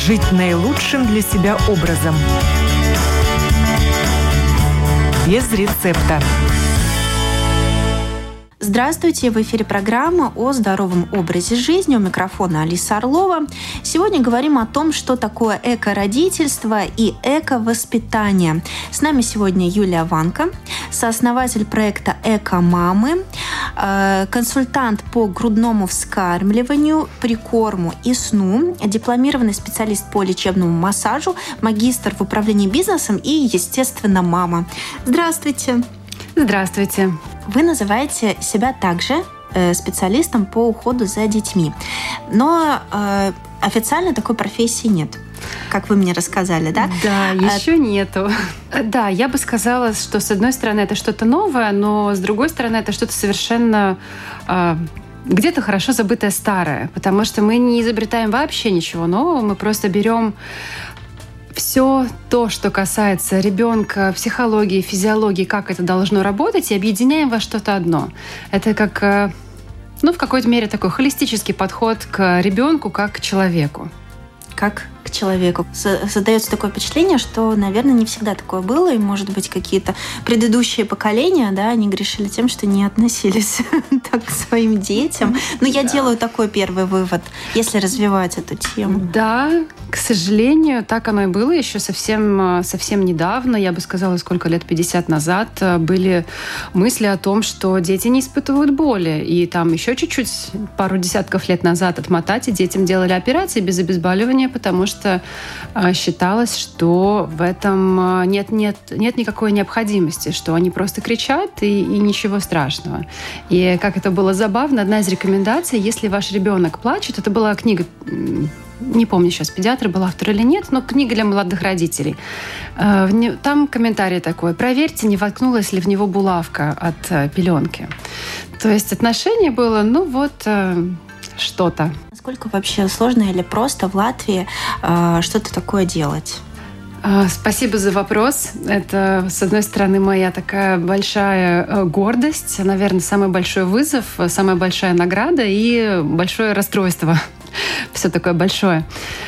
жить наилучшим для себя образом. Без рецепта. Здравствуйте! В эфире программа о здоровом образе жизни. У микрофона Алиса Орлова. Сегодня говорим о том, что такое эко-родительство и эко-воспитание. С нами сегодня Юлия Ванка, сооснователь проекта «Эко-мамы», консультант по грудному вскармливанию, прикорму и сну, дипломированный специалист по лечебному массажу, магистр в управлении бизнесом и, естественно, мама. Здравствуйте! Здравствуйте! Вы называете себя также специалистом по уходу за детьми, но официально такой профессии нет, как вы мне рассказали, да? Да, еще нету. Да, я бы сказала, что с одной стороны это что-то новое, но с другой стороны это что-то совершенно где-то хорошо забытое старое, потому что мы не изобретаем вообще ничего нового, мы просто берем все то, что касается ребенка, психологии, физиологии, как это должно работать, и объединяем во что-то одно. Это как, в какой-то мере такой холистический подход к ребенку, как к человеку. Как к человеку. Создается такое впечатление, что, наверное, не всегда такое было, и, может быть, какие-то предыдущие поколения, да, они грешили тем, что не относились так к своим детям. Но я делаю такой первый вывод, если развивать эту тему. Да, к сожалению, так оно и было еще совсем недавно, я бы сказала, сколько лет, 50 назад, были мысли о том, что дети не испытывают боли. И там еще чуть-чуть, пару десятков лет назад отмотать, и детям делали операции без обезболивания, потому что считалось, что в этом нет никакой необходимости, что они просто кричат и ничего страшного. И как это было забавно, одна из рекомендаций, если ваш ребенок плачет, это была книга, не помню сейчас, педиатр был автор или нет, но книга для молодых родителей. Там комментарий такой: проверьте, не воткнулась ли в него булавка от пеленки. То есть отношение было, что-то. Насколько вообще сложно или просто в Латвии что-то такое делать? Спасибо за вопрос. Это, с одной стороны, моя такая большая гордость, наверное, самый большой вызов, самая большая награда и большое расстройство. Все такое большое.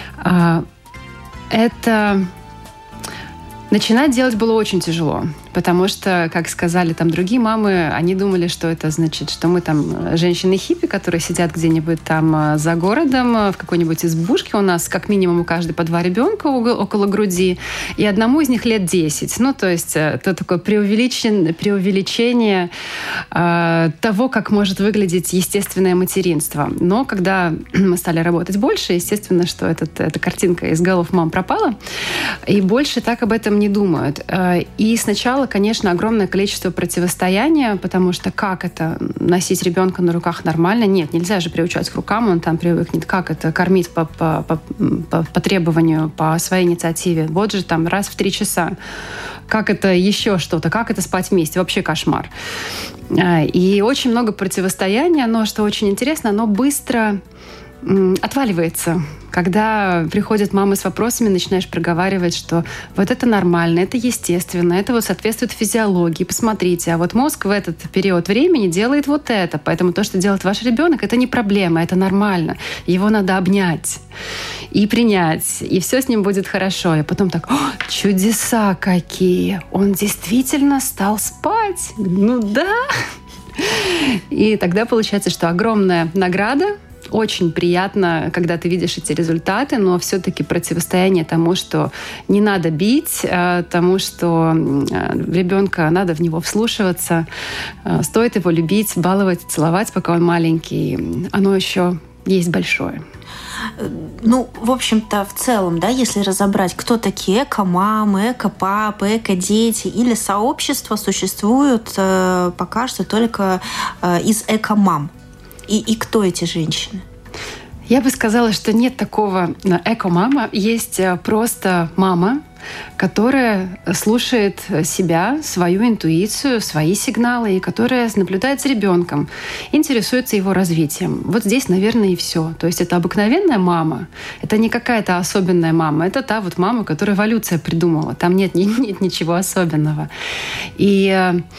Это начинать делать было очень тяжело, потому что, как сказали там другие мамы, они думали, что это значит, что мы там женщины-хиппи, которые сидят где-нибудь там за городом, в какой-нибудь избушке. У нас как минимум у каждой по 2 ребенка около груди, и одному из них лет 10. То есть это такое преувеличение того, как может выглядеть естественное материнство. Но когда мы стали работать больше, естественно, что эта картинка из голов мам пропала, и больше так об этом не думают. И сначала, конечно, огромное количество противостояния, потому что как это носить ребенка на руках нормально? Нет, нельзя же приучать к рукам, он там привыкнет. Как это кормить по требованию, по своей инициативе? Вот же там раз в 3 часа. Как это еще что-то? Как это спать вместе? Вообще кошмар. И очень много противостояния, но, что очень интересно, оно быстро отваливается. Когда приходят мамы с вопросами, начинаешь проговаривать, что вот это нормально, это естественно, это вот соответствует физиологии. Посмотрите, а вот мозг в этот период времени делает вот это. Поэтому то, что делает ваш ребенок, это не проблема, это нормально. Его надо обнять и принять, и все с ним будет хорошо. И потом так: чудеса какие! Он действительно стал спать? Да! И тогда получается, что огромная награда. Очень приятно, когда ты видишь эти результаты, но все-таки противостояние тому, что не надо бить, тому, что ребенка надо в него вслушиваться, стоит его любить, баловать, целовать, пока он маленький, оно еще есть большое. В общем-то, в целом, да, если разобрать, кто такие эко-мамы, эко-папы, эко-дети или сообщества, существуют пока что только из эко-мам. И кто эти женщины? Я бы сказала, что нет такого эко-мама. Есть просто мама, которая слушает себя, свою интуицию, свои сигналы, и которая наблюдает за ребенком, интересуется его развитием. Вот здесь, наверное, и все. То есть это обыкновенная мама. Это не какая-то особенная мама. Это та вот мама, которую эволюция придумала. Там нет ничего особенного. И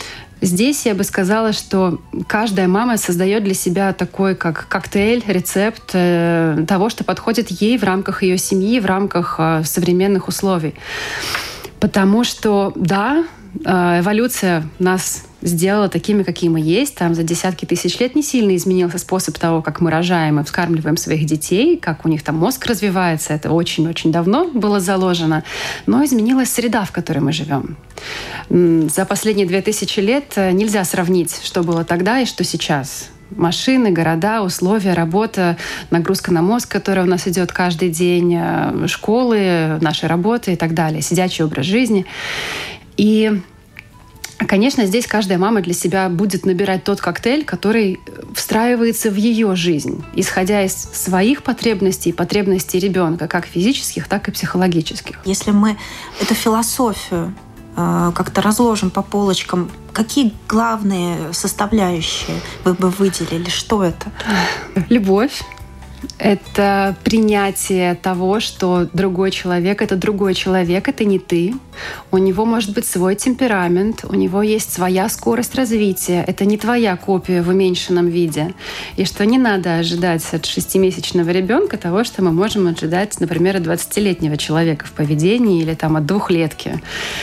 Здесь я бы сказала, что каждая мама создает для себя такой как коктейль, рецепт того, что подходит ей в рамках ее семьи, в рамках современных условий. Потому что, да, эволюция нас сделала такими, какие мы есть. Там за десятки тысяч лет не сильно изменился способ того, как мы рожаем и вскармливаем своих детей, как у них там мозг развивается. Это очень-очень давно было заложено. Но изменилась среда, в которой мы живем. За последние 2000 лет нельзя сравнить, что было тогда и что сейчас. Машины, города, условия, работа, нагрузка на мозг, которая у нас идет каждый день, школы, наши работы и так далее, сидячий образ жизни. И, конечно, здесь каждая мама для себя будет набирать тот коктейль, который встраивается в ее жизнь, исходя из своих потребностей и потребностей ребенка, как физических, так и психологических. Если мы эту философию как-то разложим по полочкам, какие главные составляющие вы бы выделили? Что это? Любовь. Это принятие того, что другой человек — это другой человек, это не ты. У него может быть свой темперамент, у него есть своя скорость развития. Это не твоя копия в уменьшенном виде. И что не надо ожидать от 6-месячного ребенка того, что мы можем ожидать, например, от 20-летнего человека в поведении или там, от 2-летки.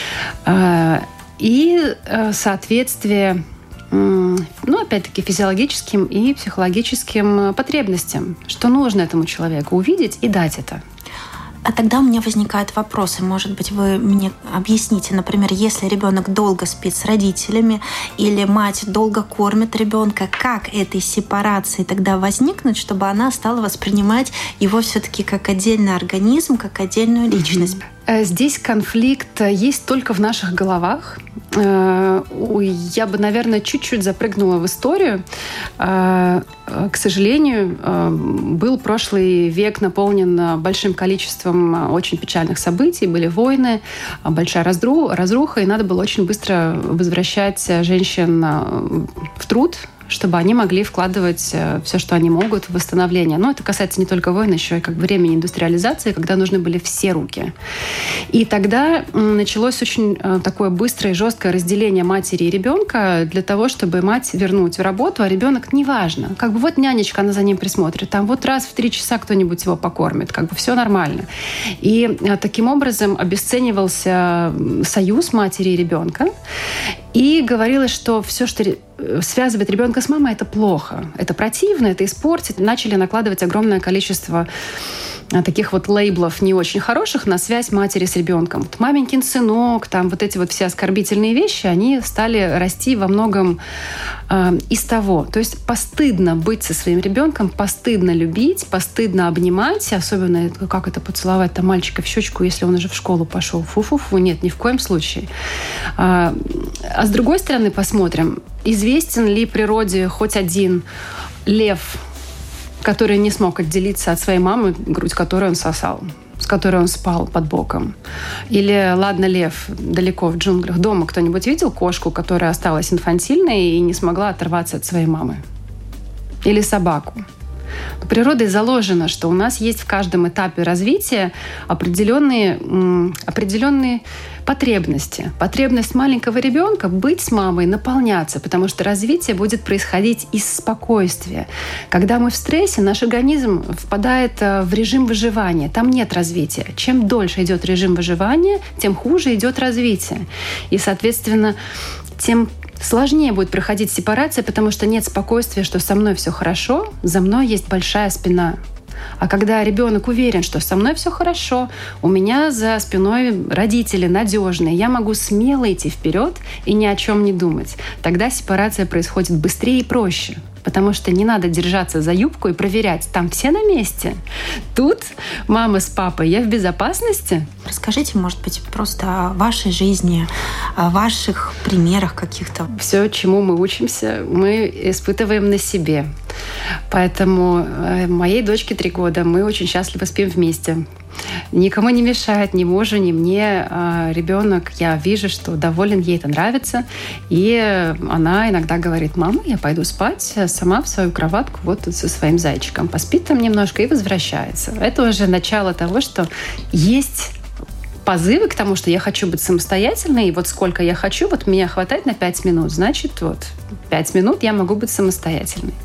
И соответствие, опять-таки, физиологическим и психологическим потребностям. Что нужно этому человеку увидеть и дать это. А тогда у меня возникают вопросы. Может быть, вы мне объясните, например, если ребенок долго спит с родителями или мать долго кормит ребенка, как этой сепарации тогда возникнуть, чтобы она стала воспринимать его все-таки как отдельный организм, как отдельную личность? Здесь конфликт есть только в наших головах. Я бы, наверное, чуть-чуть запрыгнула в историю. К сожалению, был прошлый век наполнен большим количеством очень печальных событий. Были войны, большая разруха, и надо было очень быстро возвращать женщин в труд, чтобы они могли вкладывать все, что они могут, в восстановление. Но это касается не только войн, еще и времени индустриализации, когда нужны были все руки. И тогда началось очень такое быстрое и жесткое разделение матери и ребенка для того, чтобы мать вернуть в работу, а ребенок неважно. Вот нянечка, она за ним присмотрит. Там раз в 3 часа кто-нибудь его покормит. Все нормально. И таким образом обесценивался союз матери и ребенка. И говорилось, что все, что связывает ребенка с мамой, это плохо, это противно, это испортит. Начали накладывать огромное количество таких лейблов не очень хороших на связь матери с ребенком. Маменькин сынок, эти все оскорбительные вещи, они стали расти во многом из того. То есть постыдно быть со своим ребенком, постыдно любить, постыдно обнимать, особенно как это поцеловать мальчика в щечку, если он уже в школу пошел. Фу-фу-фу, нет, ни в коем случае. А с другой стороны посмотрим, известен ли природе хоть один лев, который не смог отделиться от своей мамы, грудь которой он сосал, с которой он спал под боком. Или, ладно, лев далеко в джунглях. Дома кто-нибудь видел кошку, которая осталась инфантильной и не смогла оторваться от своей мамы? Или собаку? Природой заложено, что у нас есть в каждом этапе развития определенные потребности. Потребность маленького ребенка быть с мамой, наполняться, потому что развитие будет происходить из спокойствия. Когда мы в стрессе, наш организм впадает в режим выживания. Там нет развития. Чем дольше идет режим выживания, тем хуже идет развитие. И, соответственно, тем сложнее будет проходить сепарация, потому что нет спокойствия, что со мной все хорошо, за мной есть большая спина. А когда ребенок уверен, что со мной все хорошо, у меня за спиной родители надежные, я могу смело идти вперед и ни о чем не думать, тогда сепарация происходит быстрее и проще. Потому что не надо держаться за юбку и проверять, там все на месте. Тут мама с папой, я в безопасности. Расскажите, может быть, просто о вашей жизни, о ваших примерах каких-то. Все, чему мы учимся, мы испытываем на себе. Поэтому моей дочке 3 года, мы очень счастливо спим вместе. Никому не мешает, ни мужу, ни мне. Ребенок, я вижу, что доволен, ей это нравится. И она иногда говорит: мама, я пойду спать сама в свою кроватку со своим зайчиком. Поспит там немножко и возвращается. Это уже начало того, что есть позывы к тому, что я хочу быть самостоятельной, и вот сколько я хочу, вот меня хватает на 5 минут, значит, вот 5 минут я могу быть самостоятельной.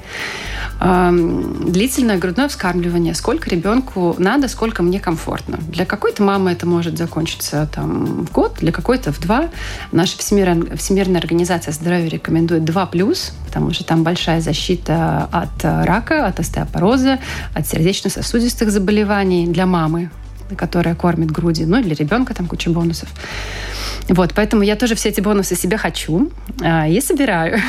Длительное грудное вскармливание. Сколько ребенку надо, сколько мне комфортно. Для какой-то мамы это может закончиться там, в год, для какой-то в 2. Наша Всемирная организация здоровья рекомендует 2+, потому что там большая защита от рака, от остеопороза, от сердечно-сосудистых заболеваний для мамы, которая кормит грудью, ну и для ребенка там куча бонусов. Вот, поэтому я тоже все эти бонусы себе хочу и собираю.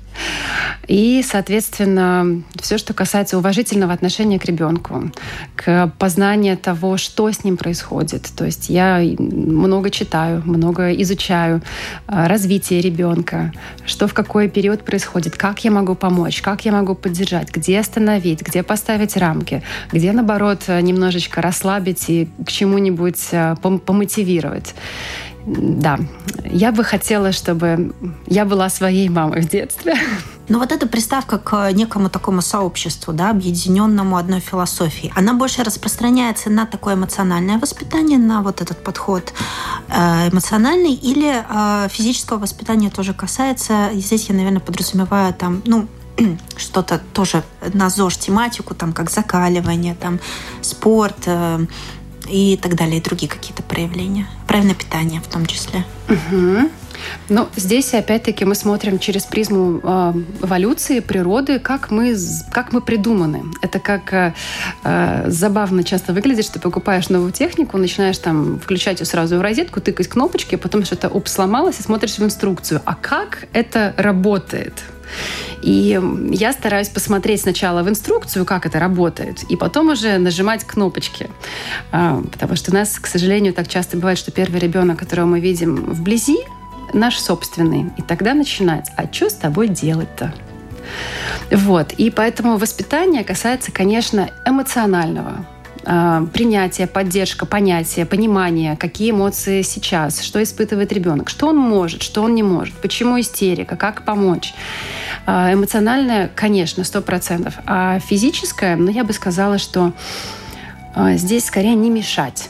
И, соответственно, все, что касается уважительного отношения к ребенку, к познанию того, что с ним происходит. То есть я много читаю, много изучаю развитие ребенка, что в какой период происходит, как я могу помочь, как я могу поддержать, где остановить, где поставить рамки, где, наоборот, немножечко расслабить и к чему-нибудь помотивировать. Да, я бы хотела, чтобы я была своей мамой в детстве. Но вот эта приставка к некому такому сообществу, да, объединенному одной философией, она больше распространяется на такое эмоциональное воспитание, на вот этот подход эмоциональный, или физического воспитания тоже касается. И здесь я, наверное, подразумеваю там, что-то тоже на ЗОЖ-тематику, там, как закаливание, там, спорт, и так далее, и другие какие-то проявления. Правильное питание в том числе. Угу. Ну, здесь, опять-таки, мы смотрим через призму эволюции, природы, как мы придуманы. Это как забавно часто выглядит, что ты покупаешь новую технику, начинаешь там включать ее сразу в розетку, тыкать кнопочки, потом что-то сломалось, и смотришь в инструкцию. А как это работает? И я стараюсь посмотреть сначала в инструкцию, как это работает, и потом уже нажимать кнопочки. Потому что у нас, к сожалению, так часто бывает, что первый ребенок, которого мы видим вблизи, наш собственный. И тогда начинать, а что с тобой делать-то? Вот. И поэтому воспитание касается, конечно, эмоционального. Принятие, поддержка, понятие, понимание, какие эмоции сейчас, что испытывает ребенок, что он может, что он не может, почему истерика, как помочь. Эмоциональное, конечно, 100%. А физическое, я бы сказала, что здесь скорее не мешать.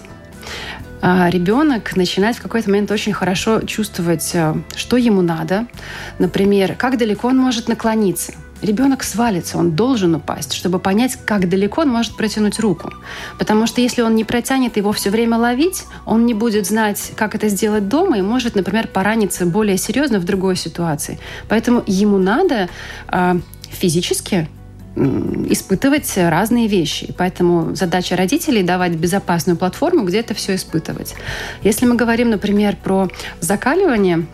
Ребенок начинает в какой-то момент очень хорошо чувствовать, что ему надо. Например, как далеко он может наклониться. Ребенок свалится, он должен упасть, чтобы понять, как далеко он может протянуть руку. Потому что если он не протянет его все время ловить, он не будет знать, как это сделать дома и может, например, пораниться более серьезно в другой ситуации. Поэтому ему надо физически испытывать разные вещи. И поэтому задача родителей — давать безопасную платформу, где это все испытывать. Если мы говорим, например, про закаливание,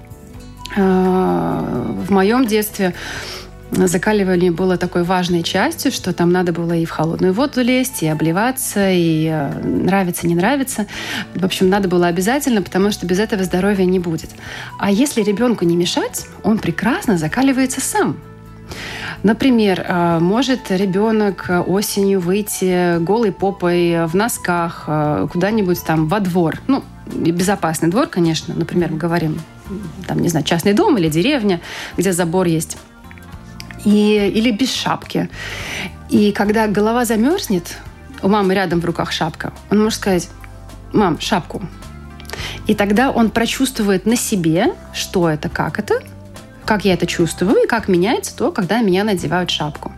в моем детстве закаливание было такой важной частью, что там надо было и в холодную воду лезть, и обливаться, и нравится, не нравится. В общем, надо было обязательно, потому что без этого здоровья не будет. А если ребенку не мешать, он прекрасно закаливается сам. Например, может ребенок осенью выйти голой попой в носках куда-нибудь там во двор. Безопасный двор, конечно. Например, мы говорим, там, не знаю, частный дом или деревня, где забор есть. Или без шапки. И когда голова замерзнет, у мамы рядом в руках шапка, он может сказать: «Мам, шапку». И тогда он прочувствует на себе, что это, как я это чувствую, и как меняется то, когда меня надевают шапку.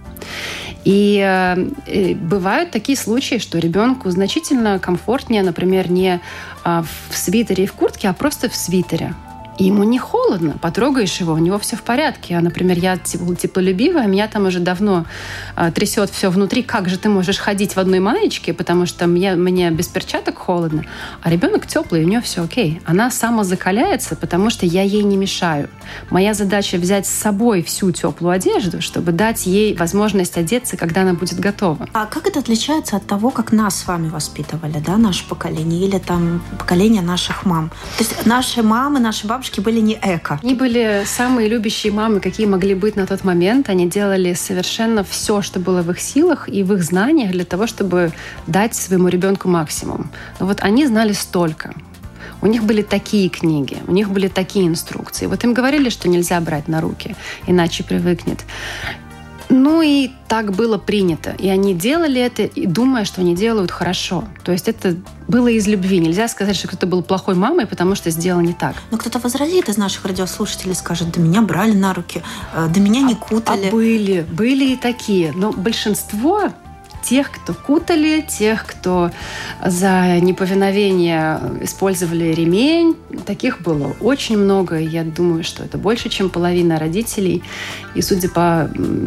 И бывают такие случаи, что ребенку значительно комфортнее, например, не в свитере и в куртке, а просто в свитере. И ему не холодно, потрогаешь его, у него все в порядке. Например, я теплолюбивая, меня там уже давно трясет все внутри. Как же ты можешь ходить в одной маечке, потому что мне без перчаток холодно. А ребенок теплый, у нее все окей. Она самозакаляется, потому что я ей не мешаю. Моя задача взять с собой всю теплую одежду, чтобы дать ей возможность одеться, когда она будет готова. А как это отличается от того, как нас с вами воспитывали, да, наше поколение, или там поколение наших мам? То есть наши мамы, наши бабушки были не эко. Они были самые любящие мамы, какие могли быть на тот момент. Они делали совершенно все, что было в их силах и в их знаниях для того, чтобы дать своему ребенку максимум. Но вот они знали столько. У них были такие книги, у них были такие инструкции. Вот им говорили, что нельзя брать на руки, иначе привыкнет. И так было принято. И они делали это, и думая, что они делают хорошо. То есть это было из любви. Нельзя сказать, что кто-то был плохой мамой, потому что сделал не так. Но кто-то возразит из наших радиослушателей, скажет: да меня брали на руки, да меня не кутали. Были и такие. Но большинство тех, кто кутали, тех, кто за неповиновение использовали ремень, таких было очень много. Я думаю, что это больше, чем половина родителей. И судя по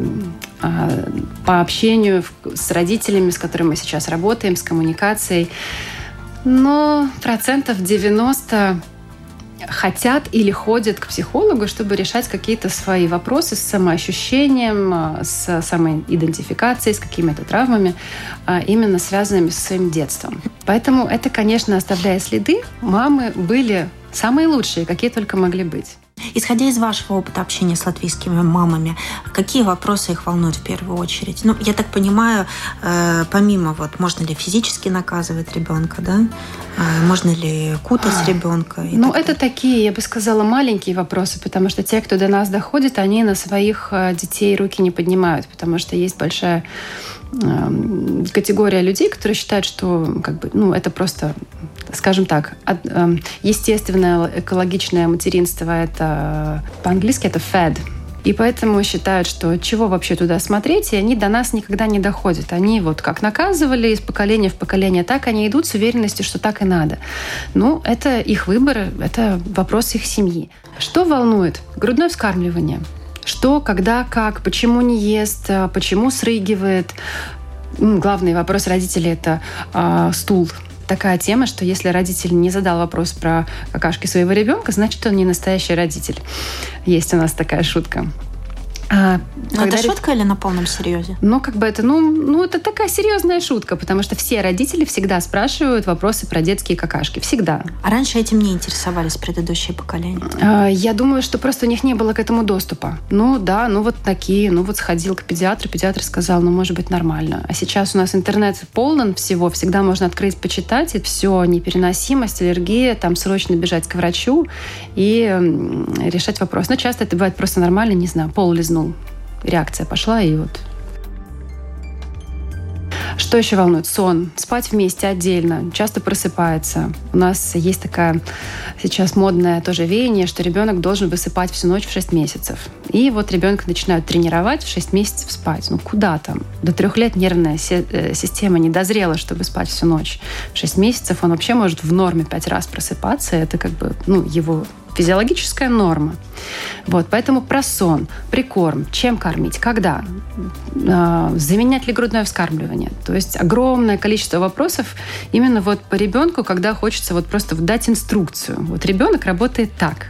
общению с родителями, с которыми мы сейчас работаем, с коммуникацией, 90% хотят или ходят к психологу, чтобы решать какие-то свои вопросы с самоощущением, с самоидентификацией, с какими-то травмами, именно связанными со своим детством. Поэтому это, конечно, оставляя следы, мамы были самые лучшие, какие только могли быть. Исходя из вашего опыта общения с латвийскими мамами, какие вопросы их волнуют в первую очередь? Я так понимаю, помимо можно ли физически наказывать ребенка, да? Можно ли кутать ребенка? Это такие, я бы сказала, маленькие вопросы, потому что те, кто до нас доходит, они на своих детей руки не поднимают, потому что есть большая категория людей, которые считают, что это просто, скажем так, естественное экологичное материнство, это по-английски это fed. И поэтому считают, что чего вообще туда смотреть, и они до нас никогда не доходят. Они как наказывали из поколения в поколение, так они идут с уверенностью, что так и надо. Это их выбор, это вопрос их семьи. Что волнует? Грудное вскармливание. Что, когда, как, почему не ест, почему срыгивает. Главный вопрос родителей – это стул. Такая тема, что если родитель не задал вопрос про какашки своего ребенка, значит, он не настоящий родитель. Есть у нас такая шутка. Это шутка или на полном серьезе? Это такая серьезная шутка, потому что все родители всегда спрашивают вопросы про детские какашки. Всегда. А раньше этим не интересовались предыдущие поколения? Я думаю, что просто у них не было к этому доступа. Сходил к педиатру, педиатр сказал, может быть, нормально. А сейчас у нас интернет полон всего, всегда можно открыть, почитать, и все, непереносимость, аллергия, там срочно бежать к врачу и решать вопрос. Но часто это бывает просто нормально, не знаю, пол лизнул. Реакция пошла, и Что еще волнует? Сон. Спать вместе отдельно. Часто просыпается. У нас есть такая сейчас модное тоже веяние, что ребенок должен высыпать всю ночь в 6 месяцев. И ребенка начинают тренировать в 6 месяцев спать. Куда там? До 3 лет нервная система не дозрела, чтобы спать всю ночь. В 6 месяцев он вообще может в норме 5 раз просыпаться. Это его физиологическая норма. Поэтому про сон, прикорм, чем кормить, когда, заменять ли грудное вскармливание. То есть огромное количество вопросов именно по ребенку, когда хочется просто дать инструкцию. Ребенок работает так.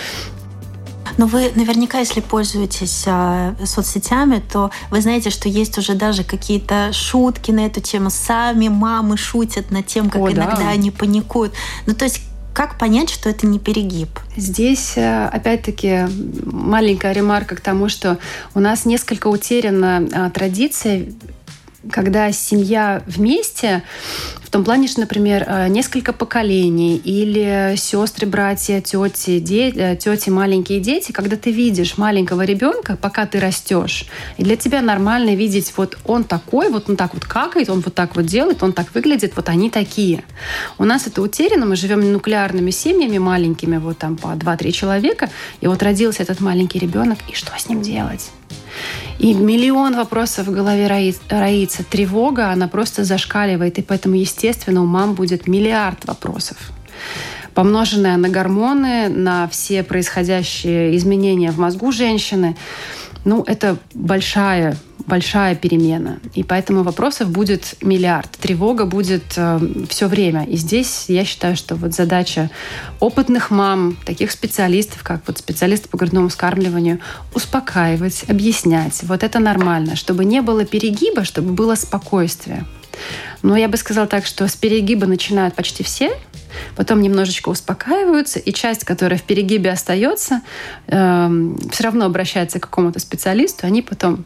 Но вы наверняка, если пользуетесь соцсетями, то вы знаете, что есть уже даже какие-то шутки на эту тему. Сами мамы шутят над тем, как иногда они паникуют. То есть как понять, что это не перегиб? Здесь, опять-таки, маленькая ремарка к тому, что у нас несколько утеряна традиция, когда семья вместе, в том плане, что, например, несколько поколений или сестры, братья, тети, маленькие дети, когда ты видишь маленького ребенка, пока ты растешь, и для тебя нормально видеть, он такой, он так какает, он так делает, он так выглядит, они такие. У нас это утеряно, мы живем нуклеарными семьями маленькими, там по 2-3 человека, и родился этот маленький ребенок, и что с ним делать? И миллион вопросов в голове роится. Тревога, она просто зашкаливает. И поэтому, естественно, у мам будет миллиард вопросов. Помноженная на гормоны, на все происходящие изменения в мозгу женщины. Это большая перемена. И поэтому вопросов будет миллиард. Тревога будет все время. И здесь я считаю, что задача опытных мам, таких специалистов, как специалисты по грудному вскармливанию, успокаивать, объяснять. Это нормально. Чтобы не было перегиба, чтобы было спокойствие. Но я бы сказала так, что с перегиба начинают почти все, потом немножечко успокаиваются, и часть, которая в перегибе остается, все равно обращается к какому-то специалисту, они потом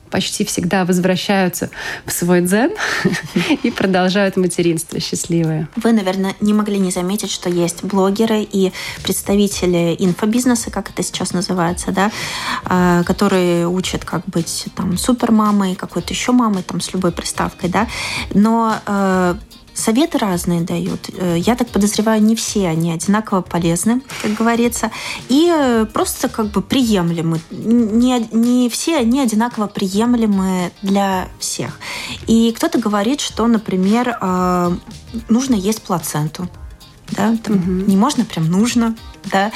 почти всегда возвращаются в свой дзен и продолжают материнство счастливые. Вы, наверное, не могли не заметить, что есть блогеры и представители инфобизнеса, как это сейчас называется, да, которые учат, как быть там супермамой, какой-то еще мамой, там, с любой приставкой, да, но советы разные дают. Я так подозреваю, не все они одинаково полезны, как говорится, и просто как бы приемлемы. Не все они одинаково приемлемы для всех. И кто-то говорит, что, например, нужно есть плаценту. Да? Не можно, прям нужно. Да?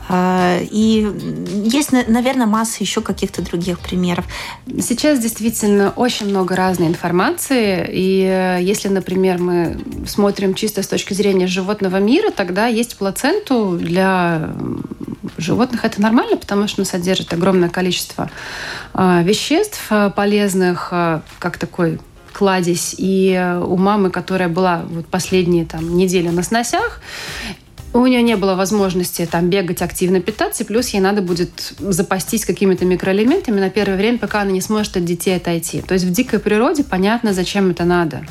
И есть, наверное, масса еще каких-то других примеров. Сейчас действительно очень много разной информации. И если, например, мы смотрим чисто с точки зрения животного мира, тогда есть плаценту для животных. Это нормально, потому что она содержит огромное количество веществ полезных, как такой кладезь. И у мамы, которая была вот последние недели на сносях, у нее не было возможности бегать, активно питаться, и плюс ей надо будет запастись какими-то микроэлементами на первое время, пока она не сможет от детей отойти. То есть в дикой природе понятно, зачем это надо.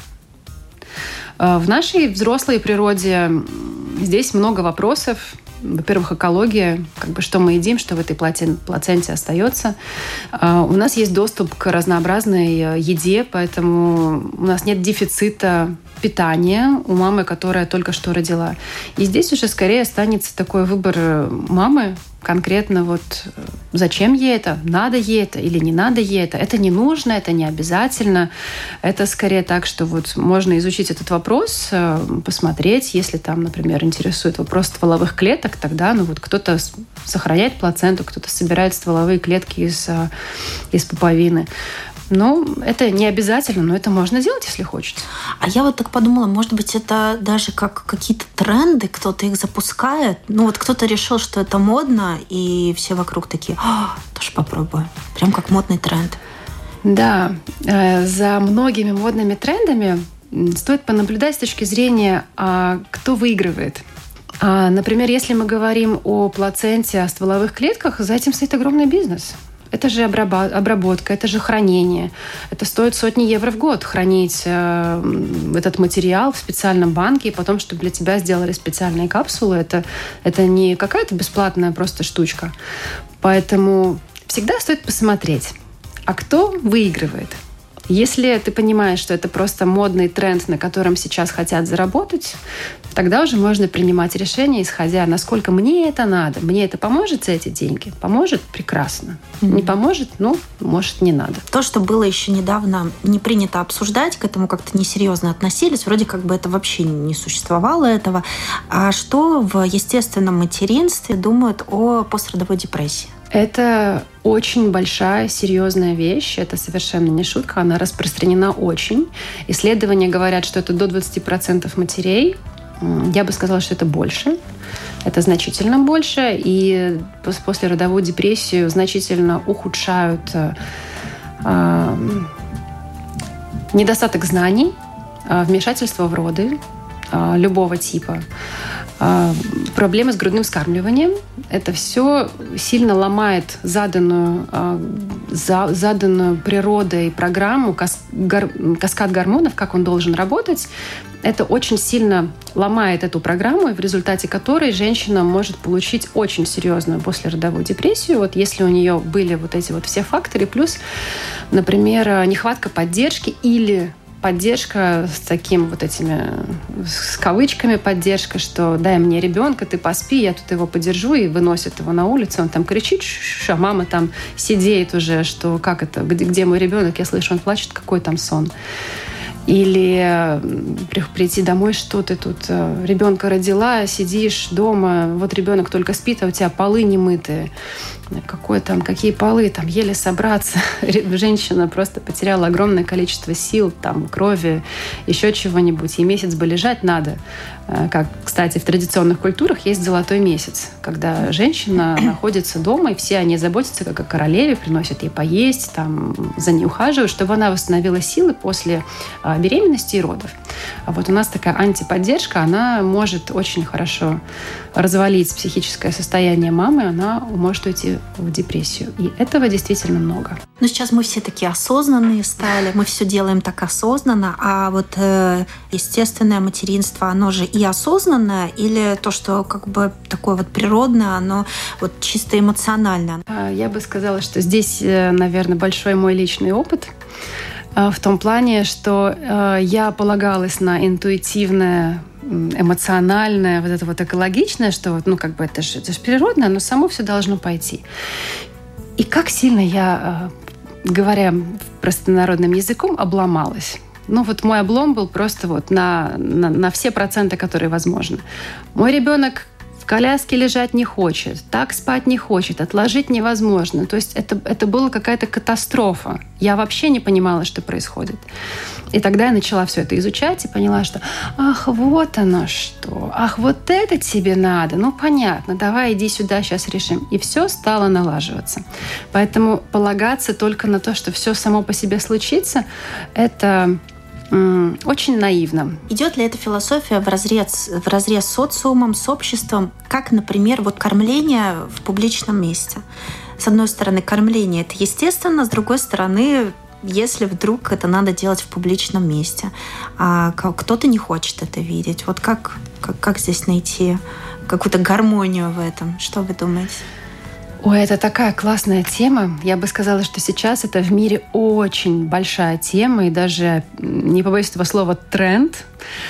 В нашей взрослой природе здесь много вопросов. Во-первых, экология, что мы едим, что в этой плаценте остается. У нас есть доступ к разнообразной еде, поэтому у нас нет дефицита питания у мамы, которая только что родила. И здесь уже скорее останется такой выбор мамы, конкретно зачем ей это, надо ей это или не надо ей это. Это не нужно, это не обязательно. Это скорее так, что можно изучить этот вопрос, посмотреть, если например, интересует вопрос стволовых клеток, тогда кто-то сохраняет плаценту, кто-то собирает стволовые клетки из пуповины. Это не обязательно, но это можно делать, если хочется. А я так подумала, может быть, это даже как какие-то тренды, кто-то их запускает. Кто-то решил, что это модно, и все вокруг такие, тоже попробую. Прям как модный тренд. Да, за многими модными трендами стоит понаблюдать с точки зрения, кто выигрывает. Например, если мы говорим о плаценте, о стволовых клетках, за этим стоит огромный бизнес. Это же обработка, это же хранение. Это стоит сотни евро в год хранить этот материал в специальном банке, и потом, чтобы для тебя сделали специальные капсулы. Это не какая-то бесплатная просто штучка. Поэтому всегда стоит посмотреть, а кто выигрывает. Если ты понимаешь, что это просто модный тренд, на котором сейчас хотят заработать, тогда уже можно принимать решение, исходя, насколько мне это надо. Мне это поможет за эти деньги? Поможет? Прекрасно. Не поможет? Может, не надо. То, что было еще недавно не принято обсуждать, к этому как-то несерьезно относились, вроде как бы это вообще не существовало этого. А что в естественном материнстве думают о пострадовой депрессии? Это очень большая, серьезная вещь. Это совершенно не шутка. Она распространена очень. Исследования говорят, что это до 20% матерей. Я бы сказала, что это больше. Это значительно больше. И после родовую депрессию значительно ухудшают недостаток знаний, вмешательство в роды любого типа, проблемы с грудным вскармливанием. Это все сильно ломает заданную природой программу, каскад гормонов, как он должен работать. Это очень сильно ломает эту программу, в результате которой женщина может получить очень серьезную послеродовую депрессию, если у нее были эти все факторы, плюс, например, нехватка поддержки или поддержка с таким с кавычками поддержка, что дай мне ребенка, ты поспи, я тут его подержу, и выносит его на улицу, он там кричит, а мама там сидеет уже, что как это, где мой ребенок, я слышу, он плачет, какой там сон. Или прийти домой, что ты тут ребенка родила, сидишь дома, ребенок только спит, а у тебя полы не мытые. Какие полы, еле собраться. Женщина просто потеряла огромное количество сил, крови, еще чего-нибудь. Ей месяц бы лежать надо. Как, кстати, в традиционных культурах есть золотой месяц, когда женщина находится дома, и все они заботятся как о королеве, приносят ей поесть, за ней ухаживают, чтобы она восстановила силы после беременности и родов. А у нас такая антиподдержка, она может очень хорошо развалить психическое состояние мамы, она может уйти уйти в депрессию. И этого действительно много. Но сейчас мы все такие осознанные стали, мы все делаем так осознанно, а вот естественное материнство, оно же и осознанное, или то, что как бы такое вот природное, оно вот чисто эмоциональное? Я бы сказала, что здесь, наверное, большой мой личный опыт в том плане, что я полагалась на интуитивное, эмоциональное, вот это вот экологичное, что вот, ну, как бы это же природное, но само все должно пойти. И как сильно я, говоря простонародным языком, обломалась. Ну, вот мой облом был просто вот на все проценты, которые возможны. Мой ребенок в коляске лежать не хочет, так спать не хочет, отложить невозможно. То есть это была какая-то катастрофа. Я вообще не понимала, что происходит. И тогда я начала все это изучать и поняла, что ах, вот оно что, ах, вот это тебе надо. Ну, понятно, давай иди сюда, сейчас решим. И все стало налаживаться. Поэтому полагаться только на то, что все само по себе случится, это очень наивно. Идет ли эта философия вразрез с социумом, с обществом, как, например, вот кормление в публичном месте? С одной стороны, кормление – это естественно, с другой стороны, если вдруг это надо делать в публичном месте, а кто-то не хочет это видеть. Вот как здесь найти какую-то гармонию в этом? Что вы думаете? Ой, это такая классная тема. Я бы сказала, что сейчас это в мире очень большая тема, и даже, не побоюсь этого слова, тренд,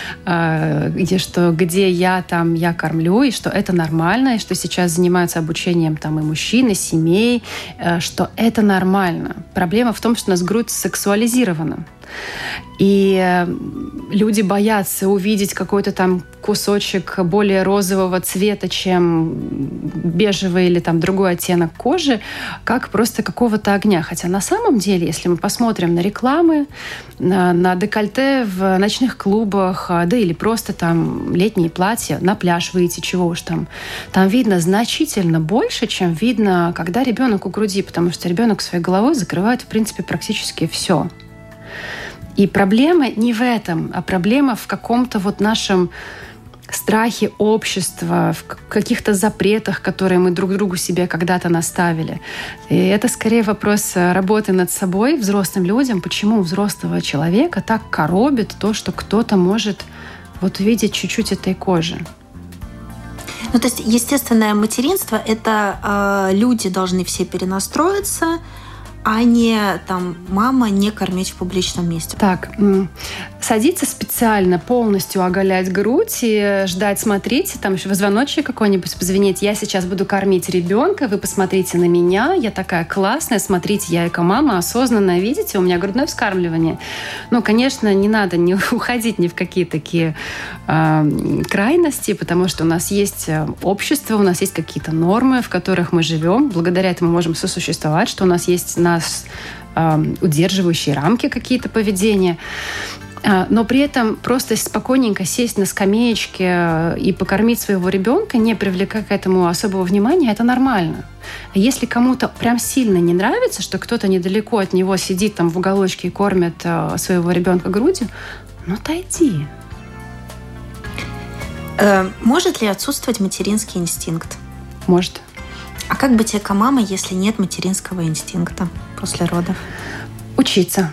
где я кормлю, и что это нормально, и что сейчас занимаются обучением там и мужчин, и семей, что это нормально. Проблема в том, что у нас грудь сексуализирована. И люди боятся увидеть какой-то там кусочек более розового цвета, чем бежевый или там другой оттенок кожи, как просто какого-то огня. Хотя на самом деле, если мы посмотрим на рекламы, на декольте в ночных клубах, да или просто там летние платья, на пляж выйти, чего уж там видно значительно больше, чем видно, когда ребенок у груди, потому что ребенок своей головой закрывает, в принципе, практически все. И проблема не в этом, а проблема в каком-то вот нашем страхе общества, в каких-то запретах, которые мы друг другу себе когда-то наставили. И это скорее вопрос работы над собой, взрослым людям. Почему у взрослого человека так коробит то, что кто-то может вот увидеть чуть-чуть этой кожи? Ну, то есть естественное материнство – это люди должны все перенастроиться, а не там мама не кормить в публичном месте. Так, садиться специально, полностью оголять грудь и ждать, смотрите, там еще звоночек какой-нибудь позвенеть. Я сейчас буду кормить ребенка, вы посмотрите на меня, я такая классная, смотрите, я эко-мама, осознанная, видите, у меня грудное вскармливание. Ну, конечно, не надо не уходить ни в какие такие крайности, потому что у нас есть общество, у нас есть какие-то нормы, в которых мы живем. Благодаря этому мы можем сосуществовать, что у нас есть удерживающие рамки какие-то поведения. Но при этом просто спокойненько сесть на скамеечке и покормить своего ребенка, не привлекая к этому особого внимания, это нормально. Если кому-то прям сильно не нравится, что кто-то недалеко от него сидит там в уголочке и кормит своего ребенка грудью, ну отойди. Может ли отсутствовать материнский инстинкт? Может. А как быть эко-мамой, если нет материнского инстинкта после родов? Учиться,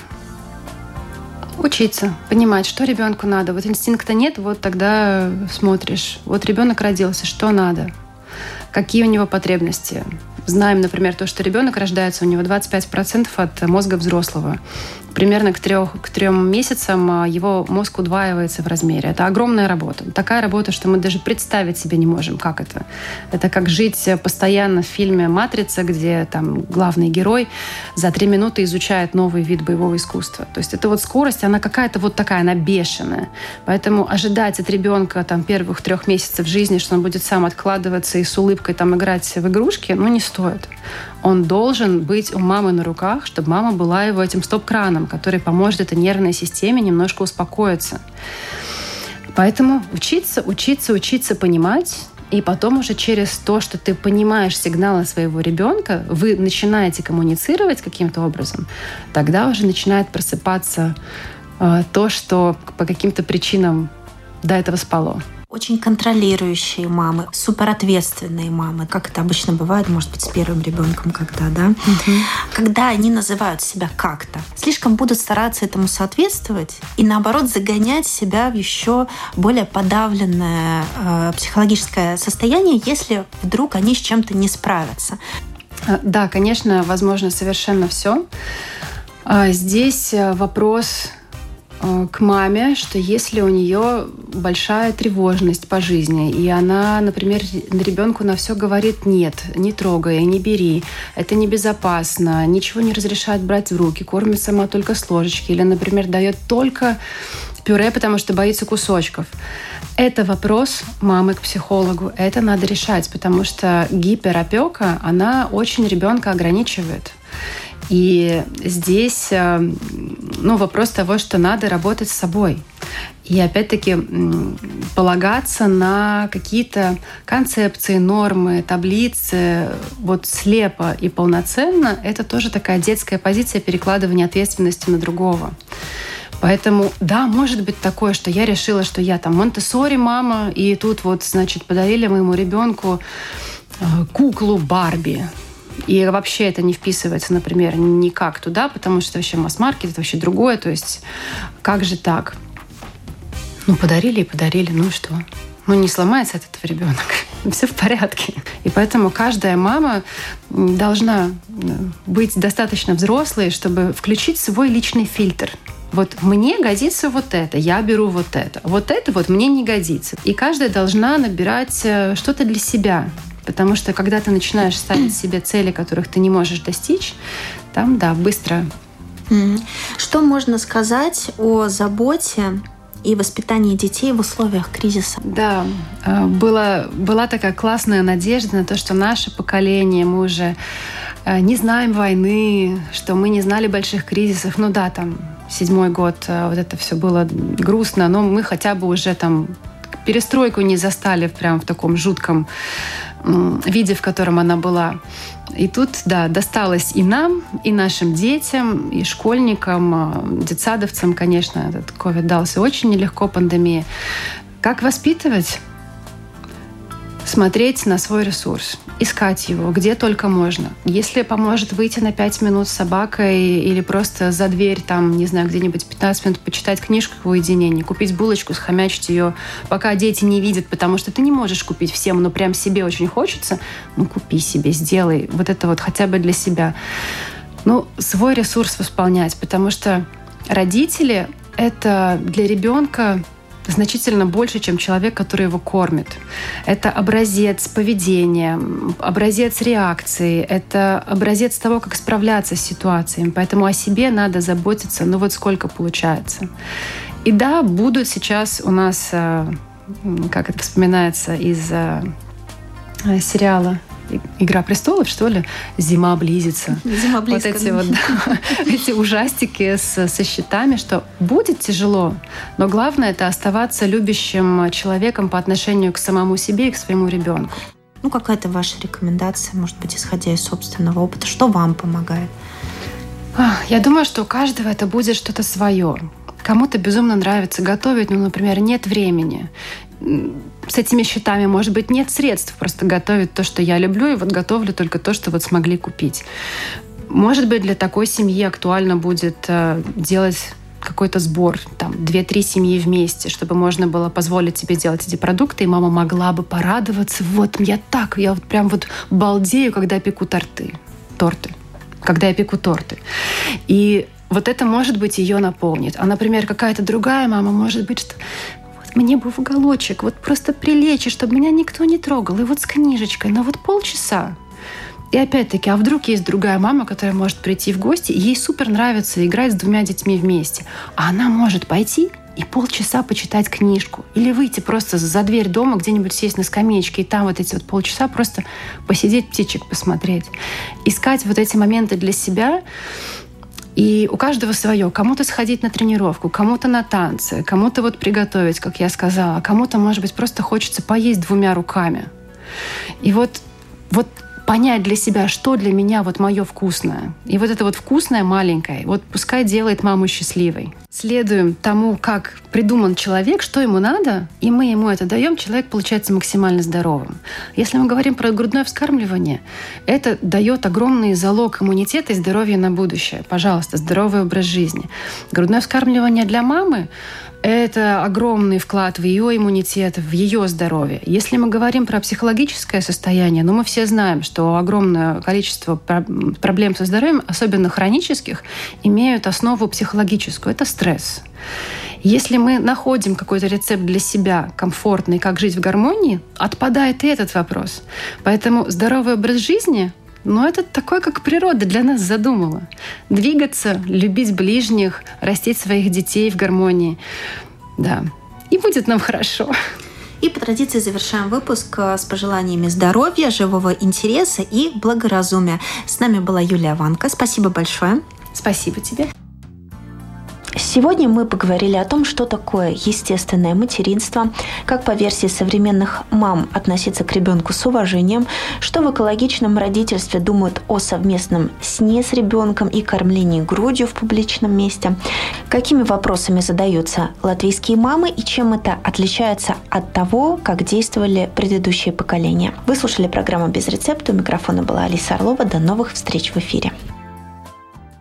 понимать, что ребенку надо. Вот инстинкта нет, вот тогда смотришь. Вот ребенок родился, что надо? Какие у него потребности? Знаем, например, то, что ребенок рождается, у него 25% от мозга взрослого. Примерно к 3 месяцам его мозг удваивается в размере. Это огромная работа. Такая работа, что мы даже представить себе не можем, как это. Это как жить постоянно в фильме «Матрица», где там главный герой за 3 минуты изучает новый вид боевого искусства. То есть эта вот скорость, она какая-то вот такая, она бешеная. Поэтому ожидать от ребенка там первых 3 месяцев жизни, что он будет сам откладываться и с улыбкой там играть в игрушки, ну не стоит. Он должен быть у мамы на руках, чтобы мама была его этим стоп-краном, который поможет этой нервной системе немножко успокоиться. Поэтому учиться понимать, и потом уже через то, что ты понимаешь сигналы своего ребенка, вы начинаете коммуницировать каким-то образом, тогда уже начинает просыпаться то, что по каким-то причинам до этого спало. очень контролирующие мамы, суперответственные мамы, как это обычно бывает, может быть, с первым ребенком, когда они называют себя как-то, слишком будут стараться этому соответствовать и, наоборот, загонять себя в еще более подавленное психологическое состояние, если вдруг они с чем-то не справятся. Да, конечно, возможно совершенно все. Здесь вопрос к маме, что если у нее большая тревожность по жизни, и она, например, ребенку на все говорит «нет, не трогай, не бери, это небезопасно, ничего не разрешает брать в руки, кормит сама только с ложечки», или, например, дает только пюре, потому что боится кусочков. Это вопрос мамы к психологу. Это надо решать, потому что гиперопека, она очень ребенка ограничивает. И здесь вопрос того, что надо работать с собой. И опять-таки полагаться на какие-то концепции, нормы, таблицы вот слепо и полноценно, это тоже такая детская позиция перекладывания ответственности на другого. Поэтому, да, может быть такое, что я решила, что я там Монтессори мама, и тут вот, значит, подарили моему ребенку куклу Барби. И вообще это не вписывается, например, никак туда, потому что вообще масс-маркет, это вообще другое. То есть как же так? Подарили и подарили, ну и что? Не сломается от этого ребенок. Все в порядке. И поэтому каждая мама должна быть достаточно взрослой, чтобы включить свой личный фильтр. Вот мне годится вот это, я беру вот это. Вот это вот мне не годится. И каждая должна набирать что-то для себя. Потому что когда ты начинаешь ставить себе цели, которых ты не можешь достичь, там, да, быстро. Что можно сказать о заботе и воспитании детей в условиях кризиса? Да, была такая классная надежда на то, что наше поколение, мы уже не знаем войны, что мы не знали больших кризисов. Там 7-й год, вот это все было грустно, но мы хотя бы уже там перестройку не застали прям в таком жутком виде, в котором она была. И тут, да, досталось и нам, и нашим детям, и школьникам, детсадовцам, конечно, этот ковид дался очень нелегко, пандемия. Как воспитывать? Смотреть на свой ресурс, искать его, где только можно. Если поможет выйти на 5 минут с собакой или просто за дверь, там, не знаю, где-нибудь 15 минут почитать книжку в уединении, купить булочку, схомячить ее, пока дети не видят, потому что ты не можешь купить всем, но прям себе очень хочется, купи себе, сделай. Вот это вот хотя бы для себя. Свой ресурс восполнять, потому что родители — это для ребенка значительно больше, чем человек, который его кормит. Это образец поведения, образец реакции, это образец того, как справляться с ситуациями. Поэтому о себе надо заботиться, сколько получается. И да, будут сейчас у нас, как это вспоминается из сериала «Игра престолов», что ли? «Зима близится». Зима близко. Эти ужастики со щитами, что будет тяжело, но главное — это оставаться любящим человеком по отношению к самому себе и к своему ребенку. Какая-то ваша рекомендация, может быть, исходя из собственного опыта? Что вам помогает? Я думаю, что у каждого это будет что-то свое. Кому-то безумно нравится готовить, например, нет времени. С этими счетами, может быть, нет средств просто готовить то, что я люблю, и готовлю только то, что смогли купить. Может быть, для такой семьи актуально будет делать какой-то сбор, 2-3 семьи вместе, чтобы можно было позволить себе делать эти продукты, и мама могла бы порадоваться. Я прям балдею, когда я пеку торты. Когда я пеку торты. И это, может быть, ее наполнит. А, например, какая-то другая мама, может быть, что мне бы в уголочек, просто прилечь, чтобы меня никто не трогал, и с книжечкой на полчаса. И опять-таки, а вдруг есть другая мама, которая может прийти в гости, и ей супер нравится играть с 2 детьми вместе. А она может пойти и полчаса почитать книжку. Или выйти просто за дверь дома, где-нибудь сесть на скамеечке, и там эти полчаса просто посидеть, птичек посмотреть. Искать эти моменты для себя. И у каждого свое. Кому-то сходить на тренировку, кому-то на танцы, кому-то приготовить, как я сказала, кому-то, может быть, просто хочется поесть 2 руками. И понять для себя, что для меня вот мое вкусное. И вот это вот вкусное маленькое, вот пускай делает маму счастливой. Следуем тому, как придуман человек, что ему надо, и мы ему это даем, человек получается максимально здоровым. Если мы говорим про грудное вскармливание, это дает огромный залог иммунитета и здоровья на будущее. Пожалуйста, здоровый образ жизни. Грудное вскармливание для мамы — это огромный вклад в ее иммунитет, в ее здоровье. Если мы говорим про психологическое состояние, мы все знаем, что огромное количество проблем со здоровьем, особенно хронических, имеют основу психологическую. Это стресс. Если мы находим какой-то рецепт для себя комфортный, как жить в гармонии, отпадает и этот вопрос. Поэтому здоровый образ жизни — это такое, как природа для нас задумала. Двигаться, любить ближних, растить своих детей в гармонии. Да. И будет нам хорошо. И по традиции завершаем выпуск с пожеланиями здоровья, живого интереса и благоразумия. С нами была Юлия Ванка. Спасибо большое. Спасибо тебе. Сегодня мы поговорили о том, что такое естественное материнство, как по версии современных мам относиться к ребенку с уважением, что в экологичном родительстве думают о совместном сне с ребенком и кормлении грудью в публичном месте, какими вопросами задаются латвийские мамы и чем это отличается от того, как действовали предыдущие поколения. Вы слушали программу «Без рецепта». У микрофона была Алиса Орлова. До новых встреч в эфире.